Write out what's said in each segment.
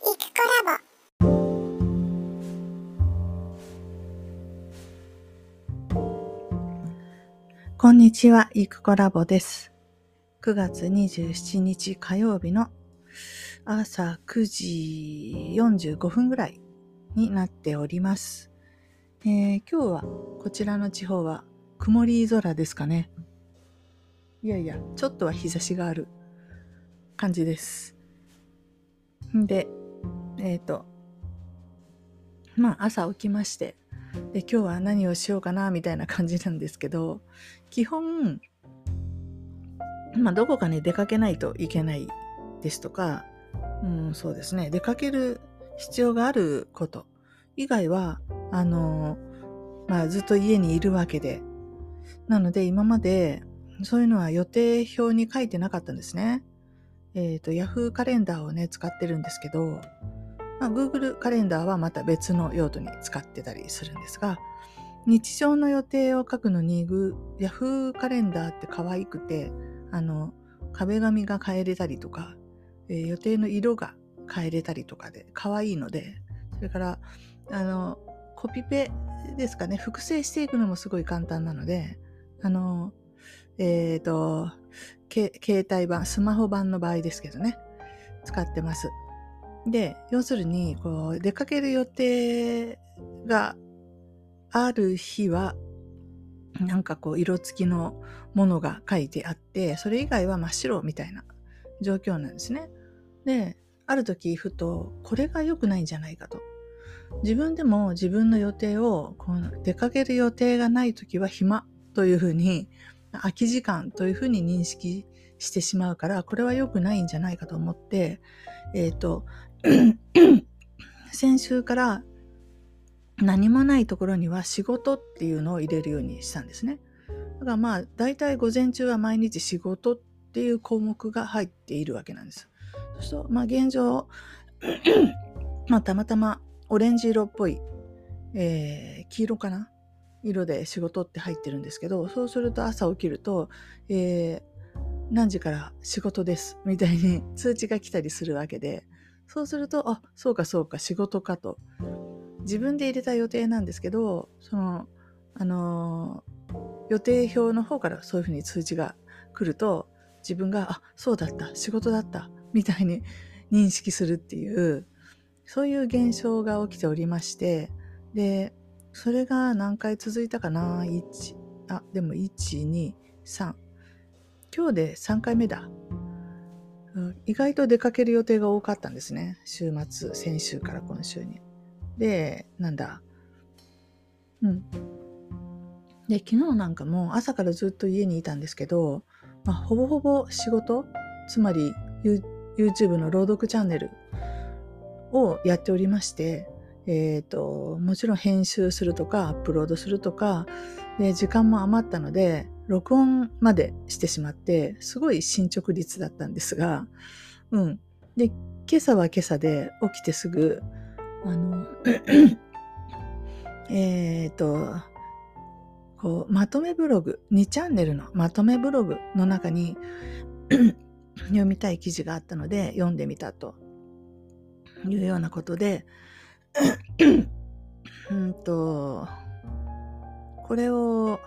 イクコラボ。 こんにちは、イクコラボです。9月27日火曜日の朝9時45分ぐらいになっております。今日はこちらの地方は曇り空ですかね。いやいや、ちょっとは日差しがある感じです。で、朝起きまして、で今日は何をしようかなみたいな感じなんですけど、基本どこかに出かけないといけないですとか、そうですね、出かける必要があること以外は、ずっと家にいるわけで、なので今までそういうのは予定表に書いてなかったんですね。Yahoo カレンダーをね、使ってるんですけど、Google カレンダーはまた別の用途に使ってたりするんですが、日常の予定を書くのにYahoo カレンダーって可愛くて、壁紙が変えれたりとか、予定の色が変えれたりとかで可愛いので、それからコピペですかね、複製していくのもすごい簡単なので、携帯版、スマホ版の場合ですけどね、使ってます。で、要するに出かける予定がある日は色付きのものが書いてあって、それ以外は真っ白みたいな状況なんですね。で、ある時ふとこれが良くないんじゃないかと。自分でも自分の予定を出かける予定がない時は暇というふうに、空き時間というふうに認識してしまうから、これは良くないんじゃないかと思って、先週から何もないところには仕事っていうのを入れるようにしたんですね。だから大体午前中は毎日仕事っていう項目が入っているわけなんです。そうすると、現状、たまたまオレンジ色っぽい、黄色かな色で仕事って入ってるんですけど、そうすると朝起きると、何時から仕事ですみたいに通知が来たりするわけで、そうすると、そうか仕事かと。自分で入れた予定なんですけど、予定表の方からそういうふうに通知が来ると、自分がそうだった、仕事だったみたいに認識するっていう、そういう現象が起きておりまして、でそれが何回続いたかな。でも1、2、3、今日で3回目だ。意外と出かける予定が多かったんですね、週末、先週から今週に。で、で、昨日なんかも朝からずっと家にいたんですけど、ほぼほぼ仕事、つまり YouTube の朗読チャンネルをやっておりまして、もちろん編集するとかアップロードするとかで、時間も余ったので録音までしてしまって、すごい進捗率だったんですが、で、今朝は今朝で起きてすぐまとめブログ、2チャンネルのまとめブログの中に読みたい記事があったので読んでみたというようなことでこれを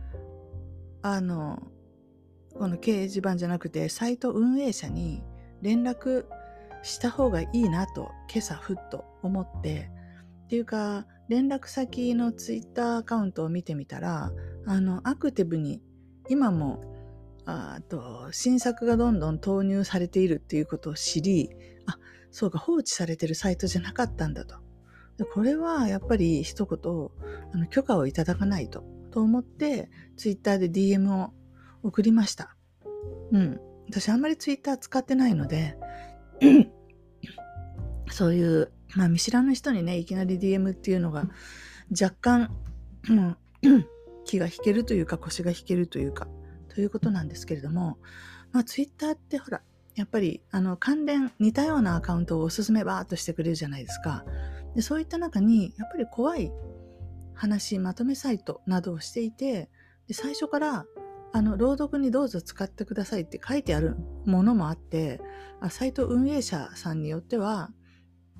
この掲示板じゃなくてサイト運営者に連絡した方がいいなと今朝ふっと思って、っていうか連絡先のツイッターアカウントを見てみたら、アクティブに今も新作がどんどん投入されているっていうことを知り、そうか、放置されてるサイトじゃなかったんだと。これはやっぱり一言許可をいただかないと思ってツイッターで DM を送りました。私あんまりツイッター使ってないのでそういう見知らぬ人にねいきなり DM っていうのが若干、気が引けるというか腰が引けるというかということなんですけれども、ツイッターってほらやっぱり関連似たようなアカウントをおすすめバーっとしてくれるじゃないですか。でそういった中にやっぱり怖い話まとめサイトなどをしていて、で最初から朗読にどうぞ使ってくださいって書いてあるものもあって、サイト運営者さんによっては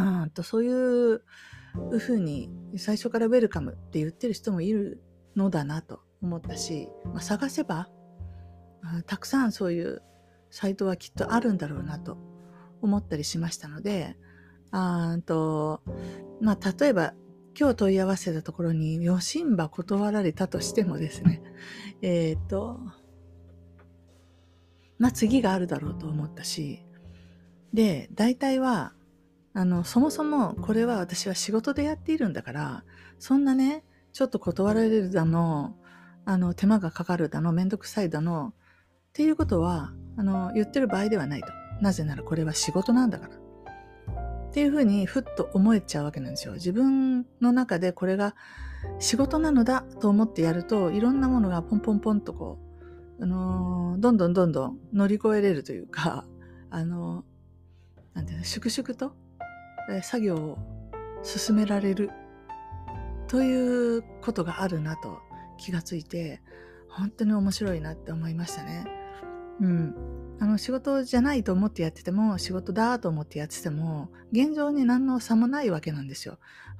そういうふうに最初からウェルカムって言ってる人もいるのだなと思ったし、探せばたくさんそういうサイトはきっとあるんだろうなと思ったりしましたので、例えば今日問い合わせたところによしんば断られたとしてもですね、次があるだろうと思ったし、で、大体はそもそもこれは私は仕事でやっているんだから、そんなね、ちょっと断られるだの、手間がかかるだの、めんどくさいだの、っていうことは、言ってる場合ではないと。なぜならこれは仕事なんだから。っていうふうにふっと思えちゃうわけなんですよ。自分の中でこれが仕事なのだと思ってやると、いろんなものがポンポンポンとこう、どんどん乗り越えれるというか、なんていうの、粛々と作業を進められるということがあるなと気がついて、本当に面白いなって思いましたね。仕事じゃないと思ってやってても、仕事だと思ってやってても、現状に何の差もないわけなんですよ。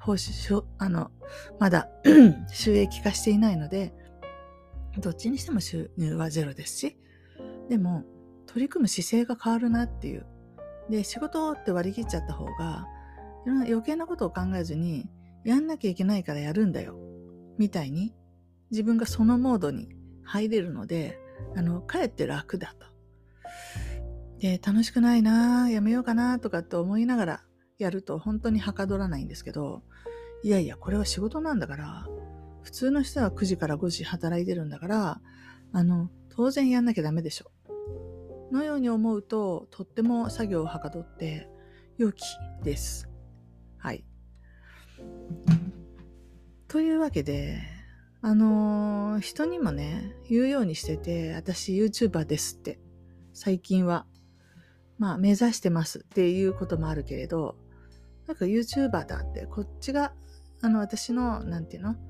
まだ収益化していないので、どっちにしても収入はゼロですし、でも取り組む姿勢が変わるなっていう。で、仕事って割り切っちゃった方が、いろんな余計なことを考えずに、やんなきゃいけないからやるんだよ、みたいに、自分がそのモードに入れるので、かえって楽だと。で、楽しくないな、やめようかなとかって思いながらやると本当にはかどらないんですけど、いやいや、これは仕事なんだから、普通の人は9時から5時働いてるんだから、当然やんなきゃダメでしょ。のように思うと、とっても作業をはかどって良きです。はい。というわけで、人にもね、言うようにしてて、私 YouTuber ですって、最近は、目指してますっていうこともあるけれど、なんか YouTuber だって、こっちが、私の、なんていうの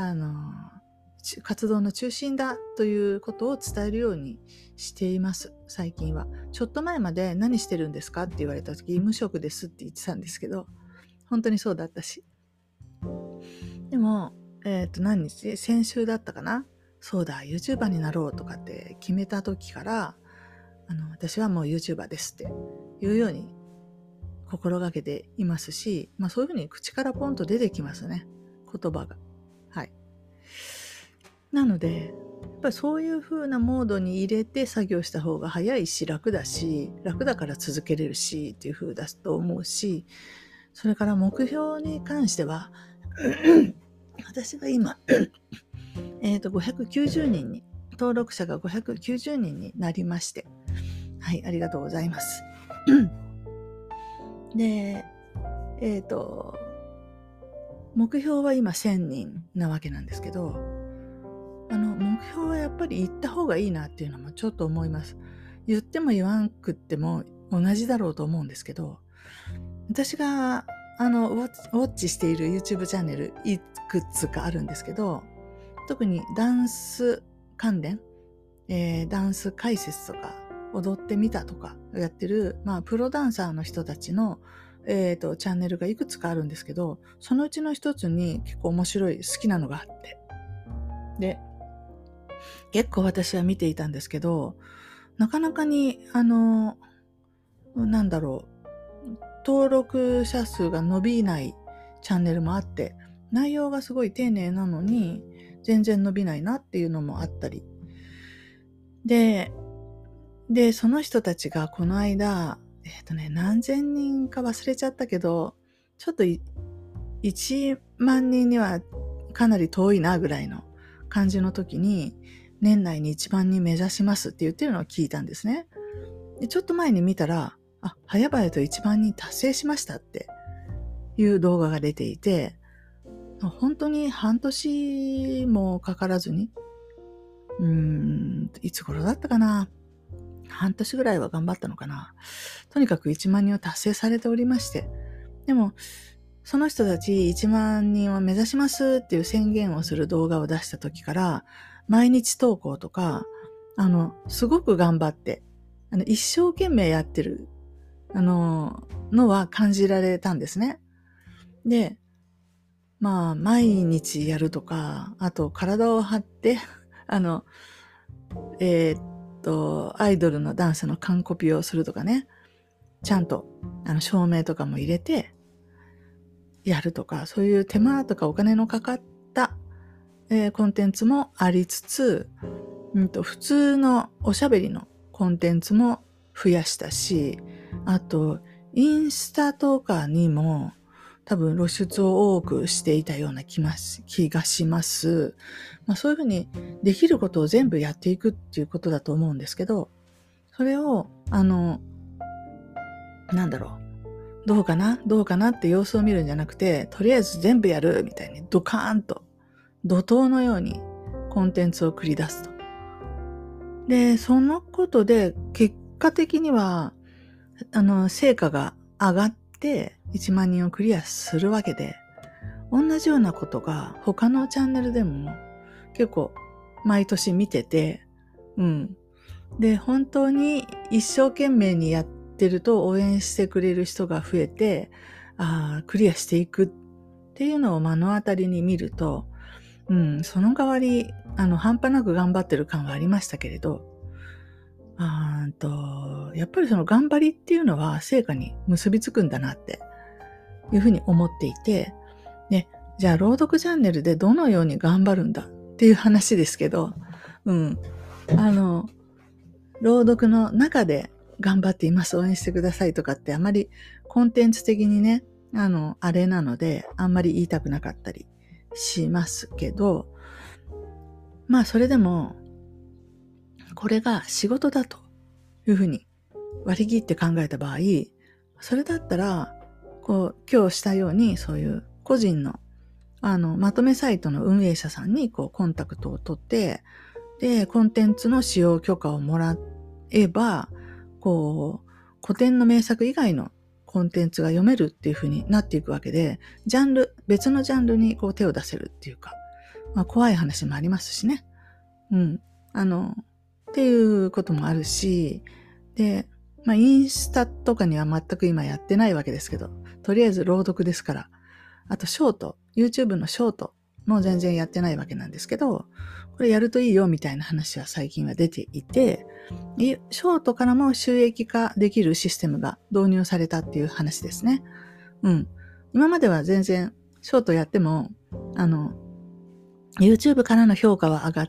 活動の中心だということを伝えるようにしています、最近は。ちょっと前まで何してるんですかって言われた時、無職ですって言ってたんですけど、本当にそうだったし。でも、何日先週だったかな、そうだ、YouTuber になろうとかって決めた時から、私はもう YouTuber ですっていうように心がけていますし、そういうふうに口からポンと出てきますね、言葉が。はい。なので、やっぱりそういう風なモードに入れて作業した方が早いし、楽だし、楽だから続けれるしっていう風だと思うし、それから目標に関しては私は今590人に登録者が590人になりまして、はい、ありがとうございますで、目標は今1000人なわけなんですけど、目標はやっぱり言った方がいいなっていうのもちょっと思います。言っても言わんくっても同じだろうと思うんですけど、私がウォッチしている YouTube チャンネルいくつかあるんですけど、特にダンス関連、ダンス解説とか踊ってみたとかやってる、プロダンサーの人たちのチャンネルがいくつかあるんですけど、そのうちの一つに結構面白い好きなのがあって、で結構私は見ていたんですけど、なかなかに登録者数が伸びないチャンネルもあって、内容がすごい丁寧なのに全然伸びないなっていうのもあったりで、その人たちがこの間何千人か忘れちゃったけど、ちょっと1万人にはかなり遠いなぐらいの感じの時に、年内に1万人目指しますって言ってるのを聞いたんですね。でちょっと前に見たら、早々と1万人達成しましたっていう動画が出ていて、本当に半年もかからずに、いつ頃だったかな、半年ぐらいは頑張ったのかな。とにかく1万人を達成されておりまして、でもその人たち1万人を目指しますっていう宣言をする動画を出した時から、毎日投稿とか、すごく頑張って、一生懸命やってる、 のは感じられたんですね。で、まあ、毎日やるとか、あと体を張って、アイドルのダンスの完コピをするとかね、ちゃんと、照明とかも入れて、やるとか、そういう手間とかお金のかかった、コンテンツもありつつ、普通のおしゃべりのコンテンツも増やしたし、あと、インスタとかにも多分露出を多くしていたような気がします。そういうふうにできることを全部やっていくっていうことだと思うんですけど、それを、どうかなって様子を見るんじゃなくて、とりあえず全部やるみたいにドカーンと怒涛のようにコンテンツを繰り出すと。で、そのことで結果的には、成果が上がって1万人をクリアするわけで、同じようなことが他のチャンネルでも結構毎年見てて、で、本当に一生懸命にやってると応援してくれる人が増えて、クリアしていくっていうのを目の当たりに見ると、その代わり、半端なく頑張ってる感はありましたけれど、やっぱりその頑張りっていうのは成果に結びつくんだなっていうふうに思っていて、ね、じゃあ朗読チャンネルでどのように頑張るんだっていう話ですけど、朗読の中で頑張っています、応援してくださいとかってあまりコンテンツ的にね、あれなのであんまり言いたくなかったりしますけど、それでもこれが仕事だというふうに割り切って考えた場合、それだったら今日したようにそういう個人のまとめサイトの運営者さんにコンタクトを取って、でコンテンツの使用許可をもらえば古典の名作以外のコンテンツが読めるっていう風になっていくわけで、別のジャンルに手を出せるっていうか、怖い話もありますしね。っていうこともあるし、で、インスタとかには全く今やってないわけですけど、とりあえず朗読ですから、あとショート、YouTube のショートも全然やってないわけなんですけど、これやるといいよみたいな話は最近は出ていて、ショートからも収益化できるシステムが導入されたっていう話ですね。今までは全然ショートやっても、YouTube からの評価は上がって、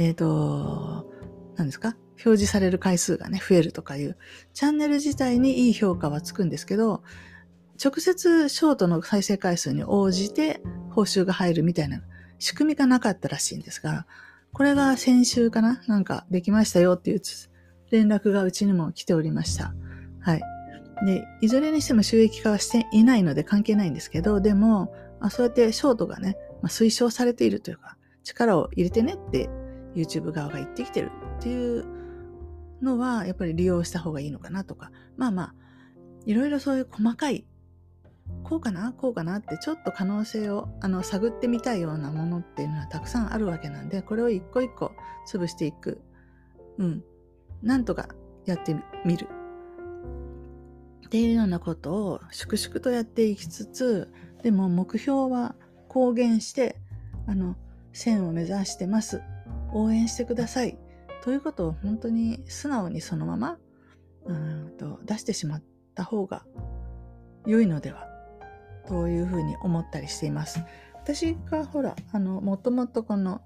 何ですか？表示される回数がね、増えるとかいう、チャンネル自体にいい評価はつくんですけど、直接ショートの再生回数に応じて報酬が入るみたいな仕組みがなかったらしいんですが、これが先週かな？なんかできましたよっていう連絡がうちにも来ておりました。はい。で、いずれにしても収益化はしていないので関係ないんですけど、でも、そうやってショートがね、推奨されているというか、力を入れてねって YouTube 側が言ってきてるっていうのは、やっぱり利用した方がいいのかなとか、いろいろそういう細かい、こうかなってちょっと可能性を探ってみたいようなものっていうのはたくさんあるわけなんで、これを一個一個潰していく。なんとかやってみる。っていうようなことを粛々とやっていきつつ、でも目標は公言して、1000を目指してます。応援してください。ということを本当に素直にそのまま出してしまった方が良いのではというふうに思ったりしています。私がもともとこの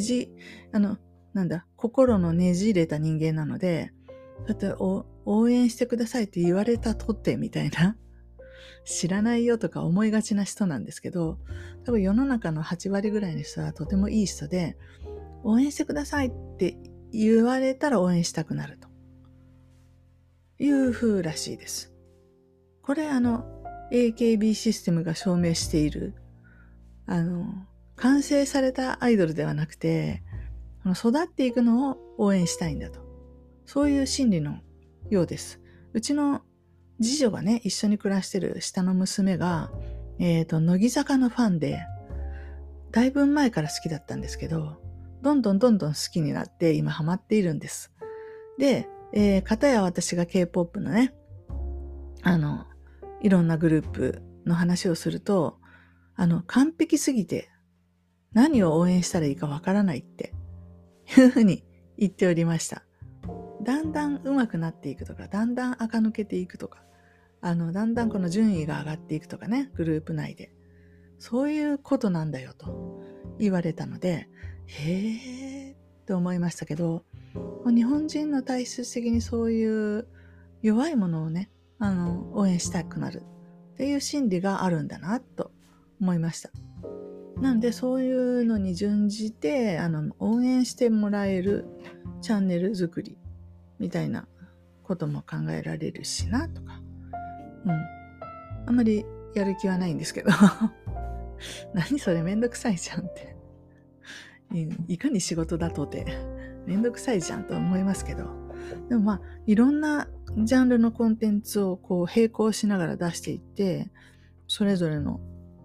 心のねじれた人間なので、だって応援してくださいって言われたとってみたいな、知らないよとか思いがちな人なんですけど、多分世の中の8割ぐらいの人はとてもいい人で、応援してくださいって言われたら応援したくなるという風らしいです。これAKB システムが証明している完成されたアイドルではなくて、育っていくのを応援したいんだと、そういう心理のようです。うちの次女がね、一緒に暮らしてる下の娘が乃木坂のファンで、だいぶ前から好きだったんですけど、どんどん好きになって今ハマっているんです。で、片や私が K-POP のね、 いろんなグループの話をすると、完璧すぎて何を応援したらいいかわからないっていうふうに言っておりました。だんだん上手くなっていくとか、だんだん垢抜けていくとか、だんだんこの順位が上がっていくとかね、グループ内で。そういうことなんだよと言われたので、へーって思いましたけど、日本人の体質的にそういう弱いものをね、応援したくなるっていう心理があるんだなと思いました。なんでそういうのに準じて応援してもらえるチャンネル作りみたいなことも考えられるしなとか、あんまりやる気はないんですけど何それめんどくさいじゃんっていかに仕事だとてめんどくさいじゃんと思いますけど、でもいろんなジャンルのコンテンツをこう並行しながら出していって、それぞれの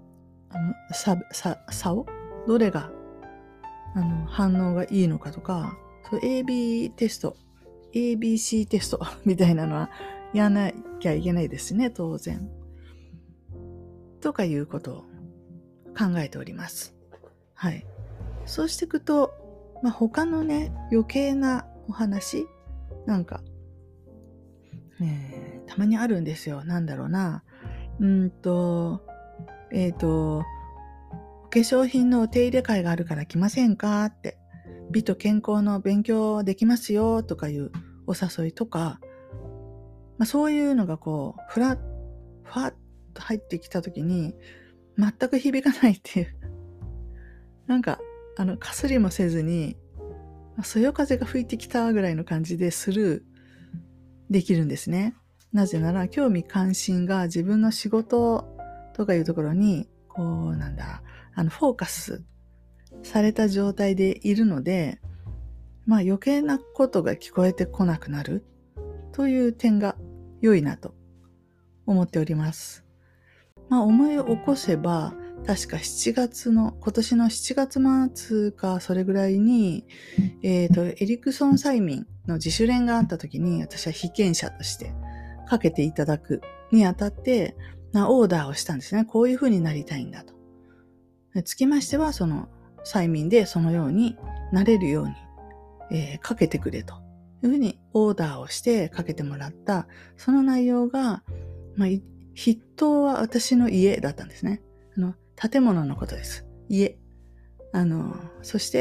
差をどれが反応がいいのかとか、AB テスト ABC テストみたいなのはやらなきゃいけないですね、当然とかいうことを考えております。はい。そうしていくと、他のね余計なお話なんか、たまにあるんですよ。なんだろうな、お化粧品のお手入れ会があるから来ませんかって、美と健康の勉強できますよとかいうお誘いとか、そういうのがこうふわっと入ってきた時に全く響かないっていう、なんかかすりもせずにそよ風が吹いてきたぐらいの感じでスルーできるんですね。なぜなら興味関心が自分の仕事とかいうところにこうフォーカスされた状態でいるので、余計なことが聞こえてこなくなるという点が良いなと思っております。思い起こせば確か今年の7月末かそれぐらいに、エリクソン催眠の自主練があった時に、私は被験者としてかけていただくにあたってオーダーをしたんですね。こういう風になりたいんだと。つきましてはその催眠でそのようになれるように、かけてくれという風にオーダーをしてかけてもらった。その内容が、筆頭は私の家だったんですね。建物のことです。家。そして、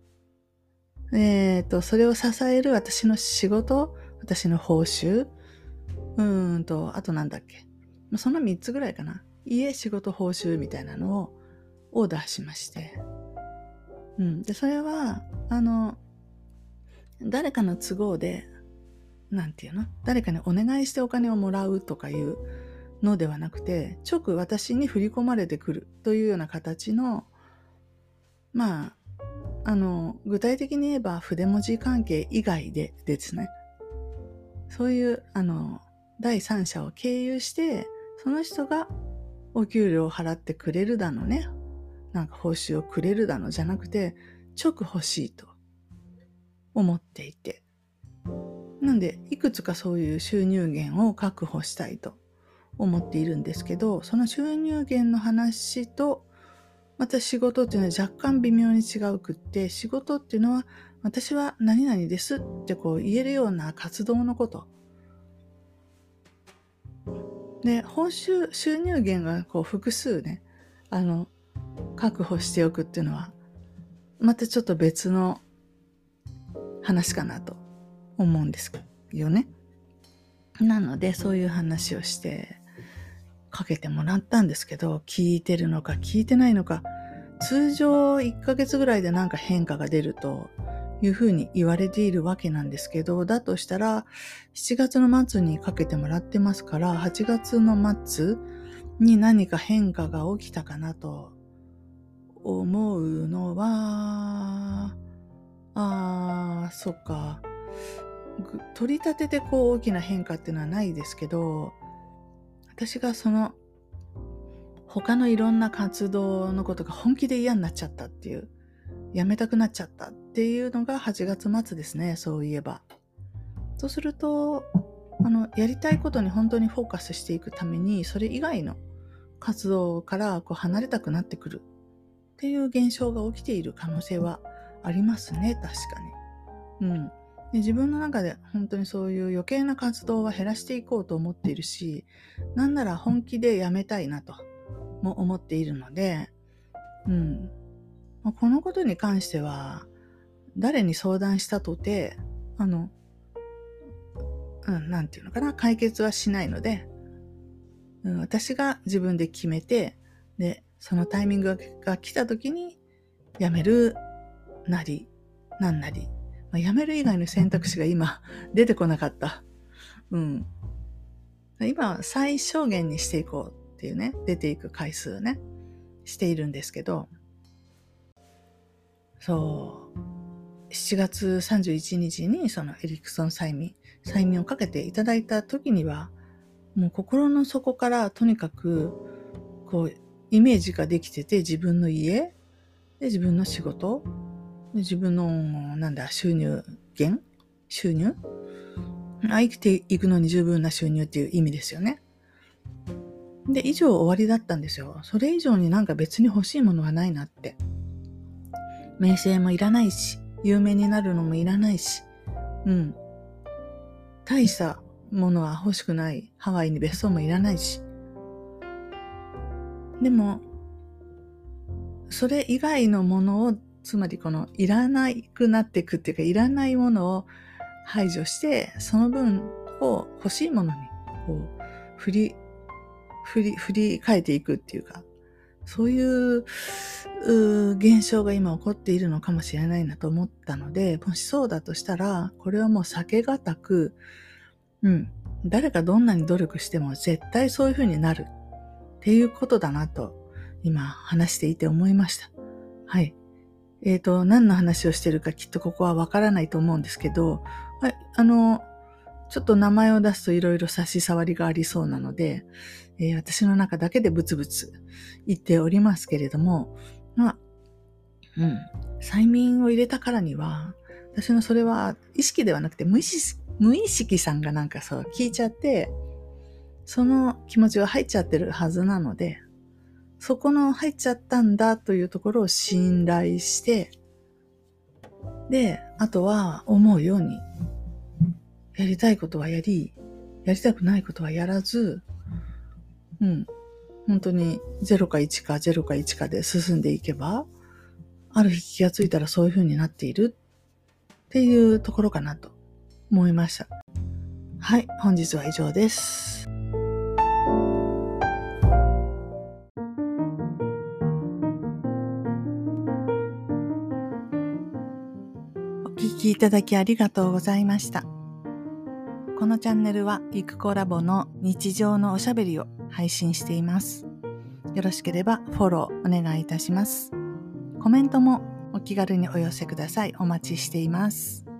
それを支える私の仕事、私の報酬、あとなんだっけ。その3つぐらいかな。家、仕事、報酬みたいなのをオーダーしまして。で、それは、誰かの都合で、誰かにお願いしてお金をもらうとかいうのではなくて、直私に振り込まれてくるというような形の、具体的に言えば筆文字関係以外でですね、そういう第三者を経由してその人がお給料を払ってくれるだのね、報酬をくれるだのじゃなくて直欲しいと思っていて、なんでいくつかそういう収入源を確保したいと思っているんですけど、その収入源の話とまた仕事っていうのは若干微妙に違うくって、仕事っていうのは私は何々ですってこう言えるような活動のことで、収入源がこう複数ね確保しておくっていうのはまたちょっと別の話かなと思うんですよね。なのでそういう話をしてかけてもらったんですけど、聞いてるのか聞いてないのか、通常1ヶ月ぐらいで変化が出るというふうに言われているわけなんですけど、だとしたら7月の末にかけてもらってますから、8月の末に何か変化が起きたかなと思うのは、そっか、取り立ててこう大きな変化っていうのはないですけど、私がその他のいろんな活動のことが本気で嫌になっちゃったっていう、やめたくなっちゃったっていうのが8月末ですね、そういえば。とするとやりたいことに本当にフォーカスしていくために、それ以外の活動から離れたくなってくるっていう現象が起きている可能性はありますね、確かに。で、自分の中で本当にそういう余計な活動は減らしていこうと思っているし、なんなら本気でやめたいなとも思っているので、このことに関しては誰に相談したとてなんていうのかな、解決はしないので、私が自分で決めて、でそのタイミングが来た時にやめるなりなんなり、やめる以外の選択肢が今出てこなかった。今は最小限にしていこうっていうね、出ていく回数をねしているんですけど、7月31日にそのエリクソン催眠をかけていただいた時には、もう心の底からとにかくイメージができてて、自分の家で自分の仕事で自分の収入生きていくのに十分な収入っていう意味ですよね。で、以上終わりだったんですよ。それ以上に別に欲しいものはないなって。名声もいらないし、有名になるのもいらないし、大したものは欲しくない。ハワイに別荘もいらないし。でも、それ以外のものを、つまりいらなくなっていくっていうか、いらないものを排除して、その分を欲しいものに振り替えていくっていうか、そういう現象が今起こっているのかもしれないなと思ったので、もしそうだとしたら、これはもう避けがたく、誰がどんなに努力しても絶対そういう風になるっていうことだなと今話していて思いました。はい。何の話をしてるかきっとここはわからないと思うんですけど、ちょっと名前を出すといろいろ差し障りがありそうなので、私の中だけでブツブツ言っておりますけれども、催眠を入れたからには、私のそれは意識ではなくて無意識さんが聞いちゃって、その気持ちが入っちゃってるはずなので、そこの入っちゃったんだというところを信頼して、で、あとは思うように、やりたいことはやりたくないことはやらず、本当に0か1か0か1かで進んでいけば、ある日気がついたらそういう風になっているっていうところかなと思いました。はい、本日は以上です。お聞きいただきありがとうございました。このチャンネルはゆくこラボの日常のおしゃべりを配信しています。よろしければフォローお願いいたします。コメントもお気軽にお寄せください。お待ちしています。